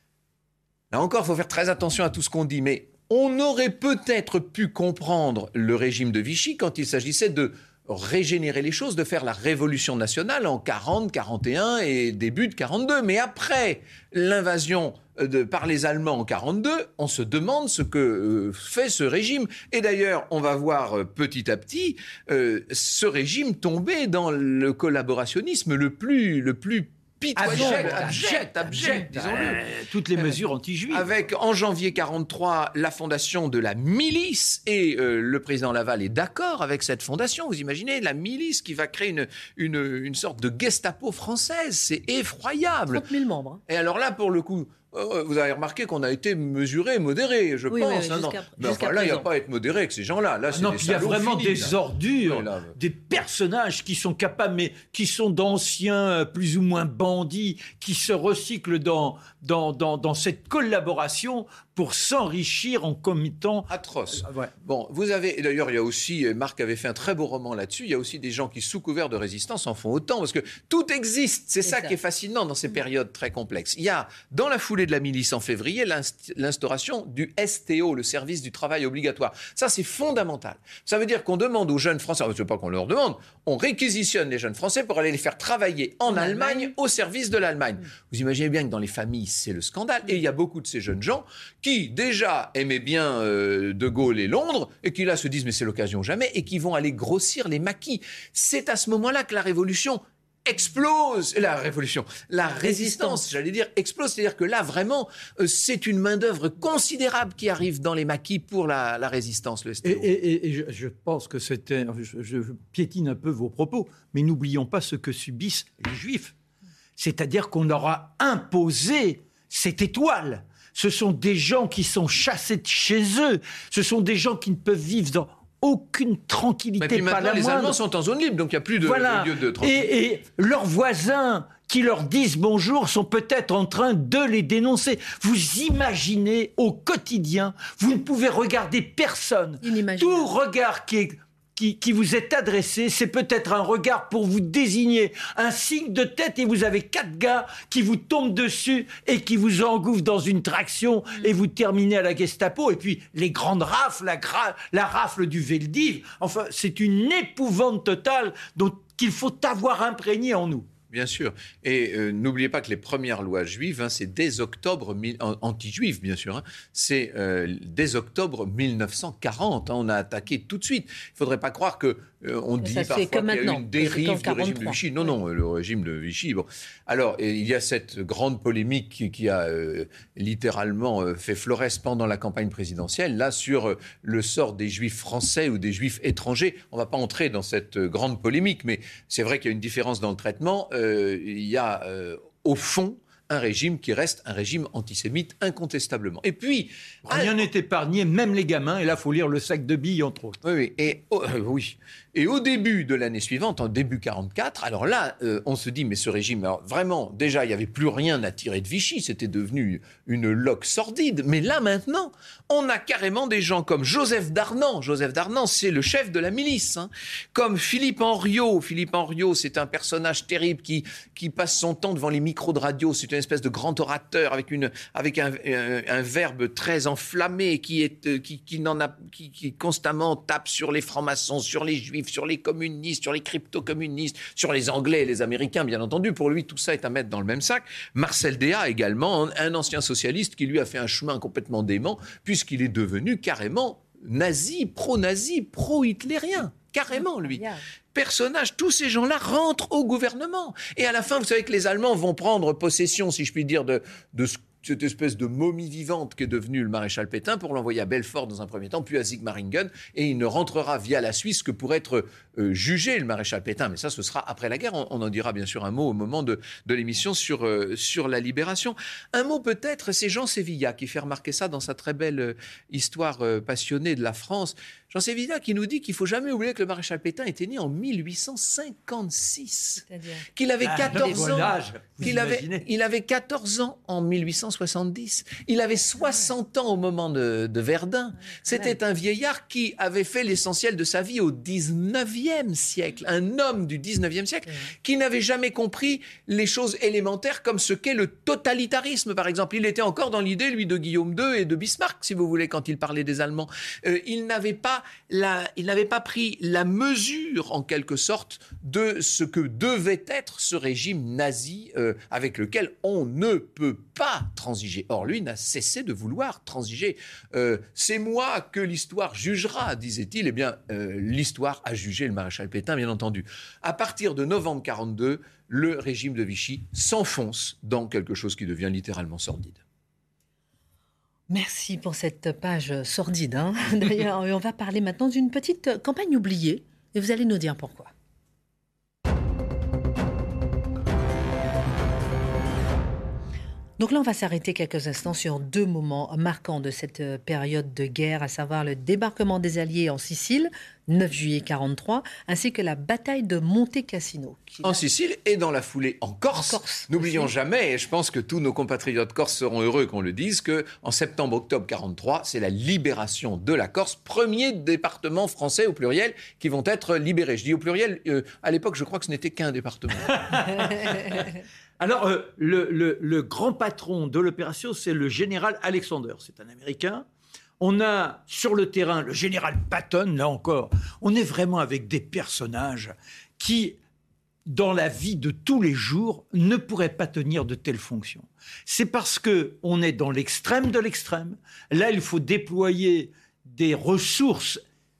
Là encore, il faut faire très attention à tout ce qu'on dit, mais on aurait peut-être pu comprendre le régime de Vichy quand il s'agissait de régénérer les choses, de faire la révolution nationale en quarante, quarante et un et début de quarante-deux. Mais après l'invasion de, par les Allemands en quarante-deux, on se demande ce que euh, fait ce régime. Et d'ailleurs, on va voir euh, petit à petit euh, ce régime tomber dans le collaborationnisme le plus, le plus pitoyable, abject, abject, abject, disons-le. Euh, toutes les mesures anti-juives. Avec, en janvier quarante-trois, la fondation de la milice, et euh, le président Laval est d'accord avec cette fondation. Vous imaginez, la milice qui va créer une, une, une sorte de Gestapo française, c'est effroyable. trente mille membres. Et alors là, pour le coup, euh, vous avez remarqué qu'on a été mesuré, modéré, je oui, pense. Oui, hein, jusqu'à, mais enfin, là, il n'y a pas à être modéré avec ces gens-là. Là, c'est non, des puis il y a vraiment finis, des là. ordures, Oui, là, des personnages qui sont capables, mais qui sont d'anciens, euh, plus ou moins bandits, qui se recyclent dans, dans, dans, dans cette collaboration pour s'enrichir en commettant... Atroce. Euh, ouais. Bon, vous avez, et d'ailleurs, il y a aussi, Marc avait fait un très beau roman là-dessus, il y a aussi des gens qui, sous couvert de résistance, en font autant, parce que tout existe. C'est, c'est ça, ça qui est fascinant dans ces périodes très complexes. Il y a, dans la foulée de la milice en février, l'inst- l'instauration du S T O, le service du travail obligatoire. Ça, c'est fondamental. Ça veut dire qu'on demande aux jeunes Français, c'est pas qu'on leur demande, on réquisitionne les jeunes Français pour aller les faire travailler en, en Allemagne, Allemagne, au service de l'Allemagne. Mmh. Vous imaginez bien que dans les familles, c'est le scandale. Et il y a beaucoup de ces jeunes gens qui, déjà, aimaient bien euh, De Gaulle et Londres, et qui là se disent, mais c'est l'occasion jamais, et qui vont aller grossir les maquis. C'est à ce moment-là que la révolution explose, la révolution, la résistance, résistance, j'allais dire, explose. C'est-à-dire que là, vraiment, euh, c'est une main-d'œuvre considérable qui arrive dans les maquis pour la, la résistance, le S T O. Et, et, et je, je pense que c'était... Je, je piétine un peu vos propos, mais n'oublions pas ce que subissent les Juifs. C'est-à-dire qu'on leur a imposé cette étoile. Ce sont des gens qui sont chassés de chez eux. Ce sont des gens qui ne peuvent vivre dans aucune tranquillité. Mais puis maintenant, pas la les moindre. Allemands sont en zone libre, donc il n'y a plus de, voilà. de lieu de tranquillité. Et, et leurs voisins qui leur disent bonjour sont peut-être en train de les dénoncer. Vous imaginez au quotidien, vous ne pouvez regarder personne. Tout regard qui est... Qui, qui vous est adressé, c'est peut-être un regard pour vous désigner, un signe de tête, et vous avez quatre gars qui vous tombent dessus et qui vous engouffrent dans une traction mmh. et vous terminez à la Gestapo. Et puis les grandes rafles, la, gra- la rafle du Veldiv, enfin c'est une épouvante totale dont qu'il faut avoir imprégné en nous. Bien sûr. Et euh, n'oubliez pas que les premières lois juives, hein, c'est dès octobre, anti-juives bien sûr, hein, c'est euh, dès octobre mille neuf cent quarante. Hein, on a attaqué tout de suite. Il ne faudrait pas croire que euh, on dit ça parfois qu'il y a eu une dérive du régime de Vichy. Non, non, le régime de Vichy. Bon. Alors, il y a cette grande polémique qui, qui a euh, littéralement euh, fait florès pendant la campagne présidentielle, là, sur euh, le sort des juifs français ou des juifs étrangers. On ne va pas entrer dans cette euh, grande polémique, mais c'est vrai qu'il y a une différence dans le traitement. Euh, il y a, euh, au fond, un régime qui reste un régime antisémite incontestablement. Et puis... Rien n'est épargné, même les gamins, et là, il faut lire Le Sac de billes, entre autres. Oui, oui. Et, oh, euh, oui. Et au début de l'année suivante, en début quarante-quatre, alors là, euh, on se dit, mais ce régime, alors vraiment, déjà, il n'y avait plus rien à tirer de Vichy, c'était devenu une loque sordide. Mais là, maintenant, on a carrément des gens comme Joseph Darnan. Joseph Darnan, c'est le chef de la milice. Hein. Comme Philippe Henriot. Philippe Henriot, c'est un personnage terrible qui, qui passe son temps devant les micros de radio. C'est une espèce de grand orateur avec, une, avec un, un, un verbe très enflammé qui, est, euh, qui, qui, n'en a, qui, qui constamment tape sur les francs-maçons, sur les juifs, sur les communistes, sur les crypto-communistes, sur les Anglais et les Américains, bien entendu. Pour lui, tout ça est à mettre dans le même sac. Marcel Déat également, un ancien socialiste qui lui a fait un chemin complètement dément, puisqu'il est devenu carrément nazi, pro-nazi, pro-hitlérien. Carrément, lui. Personnage, tous ces gens-là rentrent au gouvernement. Et à la fin, vous savez que les Allemands vont prendre possession, si je puis dire, de, de ce cette espèce de momie vivante qu'est devenue le maréchal Pétain pour l'envoyer à Belfort dans un premier temps, puis à Sigmaringen, et il ne rentrera via la Suisse que pour être euh, jugé, le maréchal Pétain. Mais ça, ce sera après la guerre. On, on en dira bien sûr un mot au moment de, de l'émission sur, euh, sur la libération. Un mot peut-être, c'est Jean Sévilla qui fait remarquer ça dans sa très belle euh, histoire euh, passionnée de la France. Jean Sévilla qui nous dit qu'il ne faut jamais oublier que le maréchal Pétain était né en mille huit cent cinquante-six, qu'il avait quatorze ans, qu'il avait, il avait quatorze ans en mille huit cent soixante-dix, il avait soixante ans au moment de, de Verdun. C'était un vieillard qui avait fait l'essentiel de sa vie au dix-neuvième siècle, un homme du dix-neuvième siècle qui n'avait jamais compris les choses élémentaires comme ce qu'est le totalitarisme, par exemple. Il était encore dans l'idée, lui, de Guillaume deux et de Bismarck, si vous voulez, quand il parlait des Allemands. Euh, il n'avait pas La, il n'avait pas pris la mesure, en quelque sorte, de ce que devait être ce régime nazi euh, avec lequel on ne peut pas transiger. Or, lui n'a cessé de vouloir transiger. Euh, c'est moi que l'histoire jugera, disait-il. Eh bien, euh, l'histoire a jugé le maréchal Pétain, bien entendu. À partir de novembre quarante-deux, le régime de Vichy s'enfonce dans quelque chose qui devient littéralement sordide. Merci pour cette page sordide. Hein. D'ailleurs, on va parler maintenant d'une petite campagne oubliée et vous allez nous dire pourquoi. Donc là, on va s'arrêter quelques instants sur deux moments marquants de cette période de guerre, à savoir le débarquement des Alliés en Sicile, neuf juillet quarante-trois, ainsi que la bataille de Monte Cassino. En là... Sicile et dans la foulée en Corse. En Corse N'oublions aussi. jamais, et je pense que tous nos compatriotes corses seront heureux qu'on le dise, qu'en septembre-octobre quarante-trois, c'est la libération de la Corse, premier département français au pluriel qui vont être libérés. Je dis au pluriel, euh, à l'époque, je crois que ce n'était qu'un département. Alors, euh, le, le, le grand patron de l'opération, c'est le général Alexander. C'est un Américain. On a sur le terrain le général Patton, là encore. On est vraiment avec des personnages qui, dans la vie de tous les jours, ne pourraient pas tenir de telles fonctions. C'est parce qu'on est dans l'extrême de l'extrême. Là, il faut déployer des ressources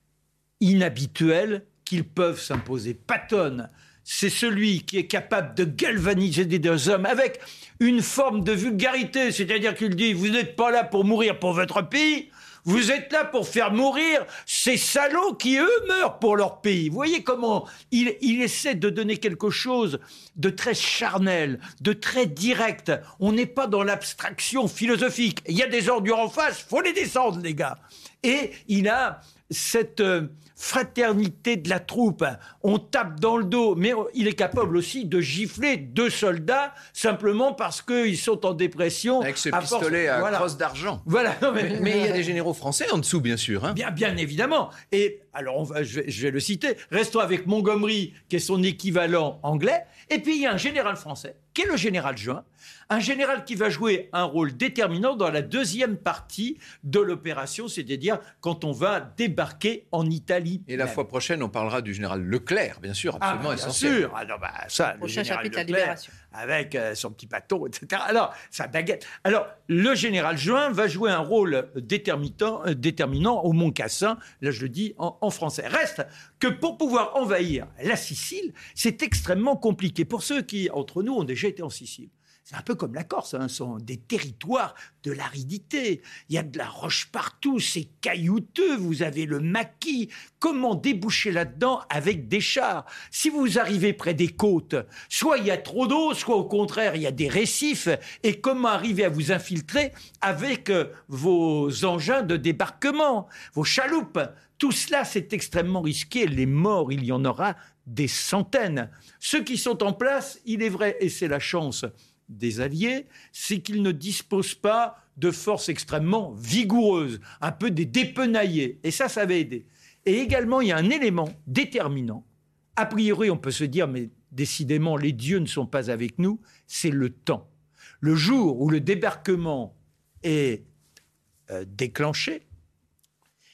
inhabituelles qu'ils peuvent s'imposer. Patton, c'est celui qui est capable de galvaniser des deux hommes avec une forme de vulgarité, c'est-à-dire qu'il dit « Vous n'êtes pas là pour mourir pour votre pays, vous êtes là pour faire mourir ces salauds qui, eux, meurent pour leur pays. » Vous voyez comment il, il essaie de donner quelque chose de très charnel, de très direct. On n'est pas dans l'abstraction philosophique. Il y a des ordures en face, il faut les descendre, les gars. Et il a cette euh, fraternité de la troupe. On tape dans le dos, mais il est capable aussi de gifler deux soldats simplement parce qu'ils sont en dépression. Avec ce pistolet force... à voilà. crosse d'argent. Voilà. Non, mais... mais, mais il y a des généraux français en dessous, bien sûr. Hein. Bien, bien évidemment. Et alors, on va, je, vais, je vais le citer. Restons avec Montgomery, qui est son équivalent anglais. Et puis, il y a un général français, qui est le général Juin. Un général qui va jouer un rôle déterminant dans la deuxième partie de l'opération, c'est-à-dire quand on va débarquer en Italie. Et la même. fois prochaine, on parlera du général Leclerc, bien sûr, absolument ah, bien essentiel. Sûr. Alors, bah, ça, Prochain le général chapitre, Leclerc, la libération. Avec euh, son petit bâton, et cetera. Alors, sa baguette. Alors, le général Juin va jouer un rôle déterminant, euh, déterminant au Mont-Cassin, là je le dis en, en français. Reste que pour pouvoir envahir la Sicile, c'est extrêmement compliqué. Pour ceux qui, entre nous, ont déjà été en Sicile, c'est un peu comme la Corse, hein, ce sont des territoires de l'aridité. Il y a de la roche partout, c'est caillouteux, vous avez le maquis. Comment déboucher là-dedans avec des chars? Si vous arrivez près des côtes, soit il y a trop d'eau, soit au contraire, il y a des récifs. Et comment arriver à vous infiltrer avec euh, vos engins de débarquement, vos chaloupes? Tout cela, c'est extrêmement risqué. Les morts, il y en aura des centaines. Ceux qui sont en place, il est vrai, et c'est la chance des Alliés, c'est qu'ils ne disposent pas de forces extrêmement vigoureuses, un peu des dépenaillés. Et ça, ça va aider. Et également, il y a un élément déterminant. A priori, on peut se dire, mais décidément, les dieux ne sont pas avec nous, c'est le temps. Le jour où le débarquement est euh, déclenché,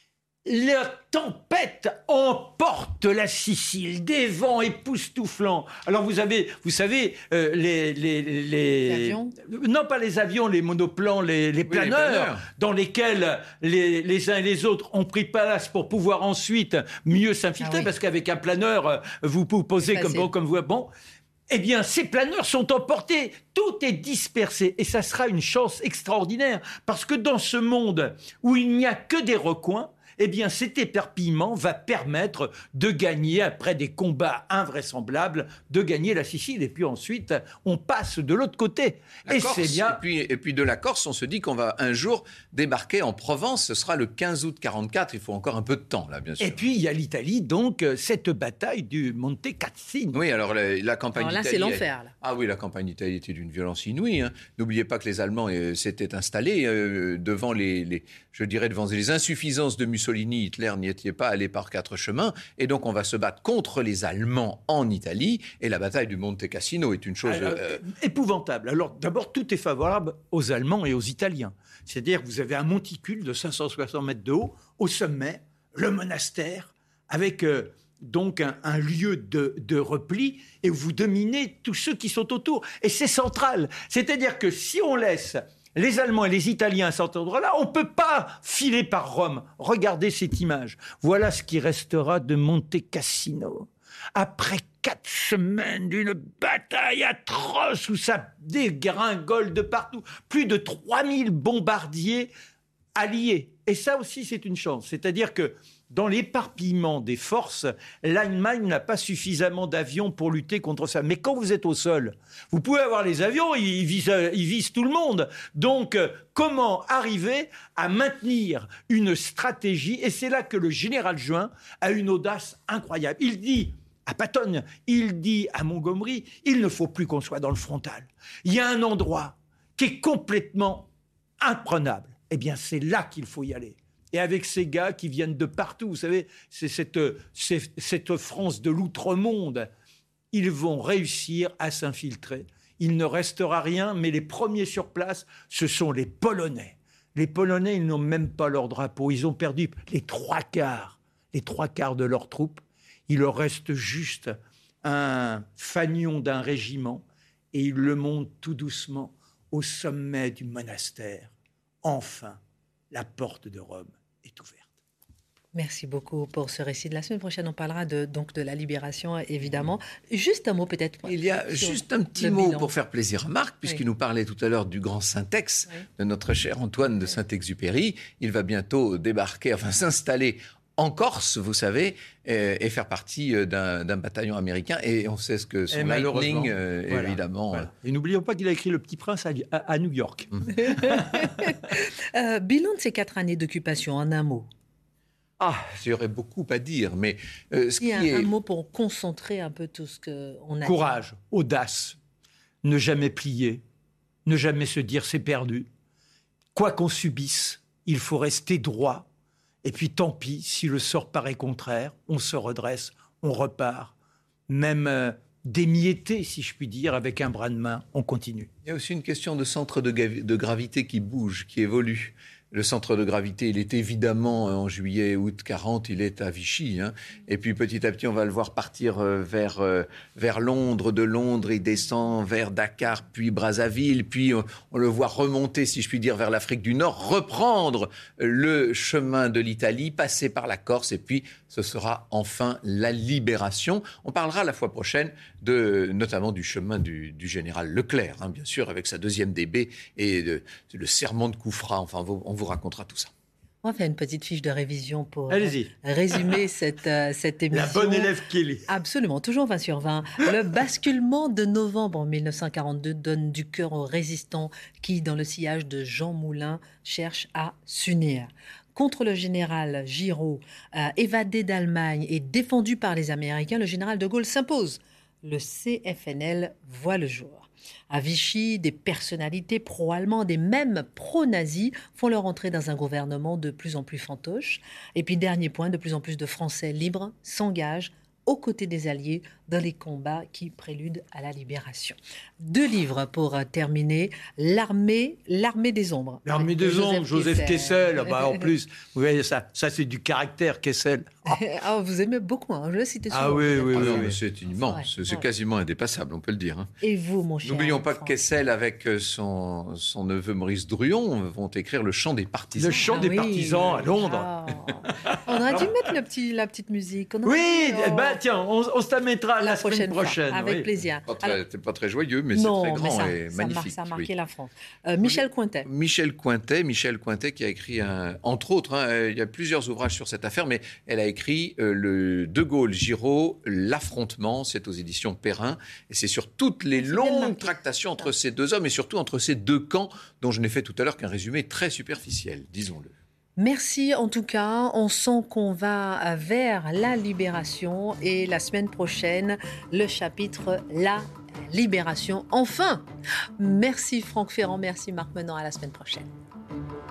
La tempête emporte la Sicile, des vents époustouflants. Alors vous avez, vous savez, euh, les, les, les, les avions, non pas les avions, les monoplans, les, les, planeurs, oui, les planeurs, dans lesquels les, les uns et les autres ont pris place pour pouvoir ensuite mieux s'infiltrer, ah oui. parce qu'avec un planeur, vous vous posez comme bon, comme vous, bon. Eh bien, ces planeurs sont emportés, tout est dispersé, et ça sera une chance extraordinaire, parce que dans ce monde où il n'y a que des recoins, eh bien, cet éparpillement va permettre de gagner, après des combats invraisemblables, de gagner la Sicile. Et puis ensuite, on passe de l'autre côté. La et Corse, c'est bien. Et puis, et puis de la Corse, on se dit qu'on va un jour débarquer en Provence. Ce sera le quinze août quarante-quatre. Il faut encore un peu de temps, là, bien sûr. Et puis, il y a l'Italie, donc, cette bataille du Monte Cassino. Oui, alors la, la campagne alors là, d'Italie... c'est l'enfer, là. Ah oui, la campagne d'Italie était d'une violence inouïe. Hein. N'oubliez pas que les Allemands euh, s'étaient installés euh, devant les, les, je dirais, devant les insuffisances de Mussolini. Hitler n'y était pas allé par quatre chemins. Et donc, on va se battre contre les Allemands en Italie. Et la bataille du Monte Cassino est une chose... Alors, euh... épouvantable. Alors, d'abord, tout est favorable aux Allemands et aux Italiens. C'est-à-dire que vous avez un monticule de cinq cent soixante mètres de haut, au sommet, le monastère, avec... Euh, donc un, un lieu de, de repli, et vous dominez tous ceux qui sont autour. Et c'est central. C'est-à-dire que si on laisse les Allemands et les Italiens à cet endroit-là, on ne peut pas filer par Rome. Regardez cette image. Voilà ce qui restera de Monte Cassino. Après quatre semaines d'une bataille atroce où ça dégringole de partout, plus de trois mille bombardiers alliés. Et ça aussi, c'est une chance. C'est-à-dire que dans l'éparpillement des forces, l'Allemagne n'a pas suffisamment d'avions pour lutter contre ça. Mais quand vous êtes au sol, vous pouvez avoir les avions, ils visent, ils visent tout le monde. Donc, comment arriver à maintenir une stratégie? Et c'est là que le général Juin a une audace incroyable. Il dit à Patton, il dit à Montgomery, il ne faut plus qu'on soit dans le frontal. Il y a un endroit qui est complètement imprenable. Eh bien, c'est là qu'il faut y aller. Et avec ces gars qui viennent de partout, vous savez, c'est cette, c'est cette France de l'outre-monde, ils vont réussir à s'infiltrer. Il ne restera rien, mais les premiers sur place, ce sont les Polonais. Les Polonais, ils n'ont même pas leur drapeau. Ils ont perdu les trois quarts, les trois quarts de leurs troupes. Il leur reste juste un fanion d'un régiment et ils le montent tout doucement au sommet du monastère. Enfin, la porte de Rome est ouverte. Merci beaucoup pour ce récit. De la semaine prochaine, on parlera de, donc de la libération, évidemment. Juste un mot peut-être. Il y a juste un petit mot bilan. Pour faire plaisir à Marc, puisqu'il oui. nous parlait tout à l'heure du grand Syntex, oui. de notre cher Antoine de Saint-Exupéry. Il va bientôt débarquer, enfin s'installer en Corse, vous savez, et, et faire partie d'un, d'un bataillon américain. Et on sait ce que son Lightning, euh, voilà, évidemment... Voilà. Et n'oublions pas qu'il a écrit Le Petit Prince à, à, à New York. Mmh. euh, bilan de ces quatre années d'occupation, en un mot. Ah, il y aurait beaucoup à dire, mais... Euh, ce Il y a qui un, est... un mot pour concentrer un peu tout ce qu'on a Courage, dit. Audace, ne jamais plier, ne jamais se dire c'est perdu. Quoi qu'on subisse, il faut rester droit. Et puis tant pis, si le sort paraît contraire, on se redresse, on repart. Même euh, d'émietté, si je puis dire, avec un bras de main, on continue. Il y a aussi une question de centre de, gavi- de gravité qui bouge, qui évolue. Le centre de gravité, il est évidemment en juillet, août quarante, il est à Vichy. Hein. Et puis petit à petit, on va le voir partir euh, vers, euh, vers Londres. De Londres, il descend vers Dakar, puis Brazzaville. Puis on, on le voit remonter, si je puis dire, vers l'Afrique du Nord, reprendre le chemin de l'Italie, passer par la Corse. Et puis, ce sera enfin la libération. On parlera la fois prochaine, de, notamment du chemin du, du général Leclerc, hein, bien sûr, avec sa deuxième D B et de, le serment de Koufra. Enfin, on vous racontera tout ça. On va faire une petite fiche de révision pour Allez-y. résumer cette, euh, cette émission. La bonne élève Kelly. Absolument, toujours vingt sur vingt. Le basculement de novembre mille neuf cent quarante-deux donne du cœur aux résistants qui, dans le sillage de Jean Moulin, cherchent à s'unir. Contre le général Giraud, euh, évadé d'Allemagne et défendu par les Américains, le général de Gaulle s'impose. Le C F N L voit le jour. À Vichy, des personnalités pro-allemandes et même pro-nazis font leur entrée dans un gouvernement de plus en plus fantoche. Et puis, dernier point, de plus en plus de Français libres s'engagent aux côtés des Alliés dans les combats qui préludent à la libération. Deux livres pour terminer. L'armée, l'armée des ombres. L'armée des Joseph ombres, Joseph Kessel. Kessel. Ah bah, en plus, vous voyez ça, ça c'est du caractère, Kessel. Ah, vous aimez beaucoup, hein, je le citais souvent. Ah oui, oui, Ah oui. non, oui. mais c'est immense, C'est vrai, c'est ouais. quasiment indépassable, on peut le dire. hein. Et vous, mon cher N'oublions pas que Franck. Kessel, avec son, son neveu Maurice Druon, vont écrire Le Chant des partisans. Le chant Ah des oui. partisans à Londres. Ah. On aurait dû mettre le petit, la petite musique. On aurait Oui, dû, eh oh, ben, tiens, on, on se la mettra la, semaine fois, prochaine. avec oui. plaisir. Pas Alors, très, c'est pas très joyeux, mais non, c'est très mais grand ça, et ça, mar- magnifique. ça a marqué oui. la France. Euh, Michel Cointet. Michel Cointet, Michel Cointet qui a écrit, un, entre autres, hein, euh, il y a plusieurs ouvrages sur cette affaire, mais elle a écrit euh, le De Gaulle-Giraud, L'affrontement, c'est aux éditions Perrin, et c'est sur toutes les C'est bien longues marqué. tractations entre ces deux hommes et surtout entre ces deux camps, dont je n'ai fait tout à l'heure qu'un résumé très superficiel, disons-le. Merci en tout cas. On sent qu'on va vers la libération et la semaine prochaine, le chapitre La libération. Enfin, merci Franck Ferrand, merci Marc Menant. À la semaine prochaine.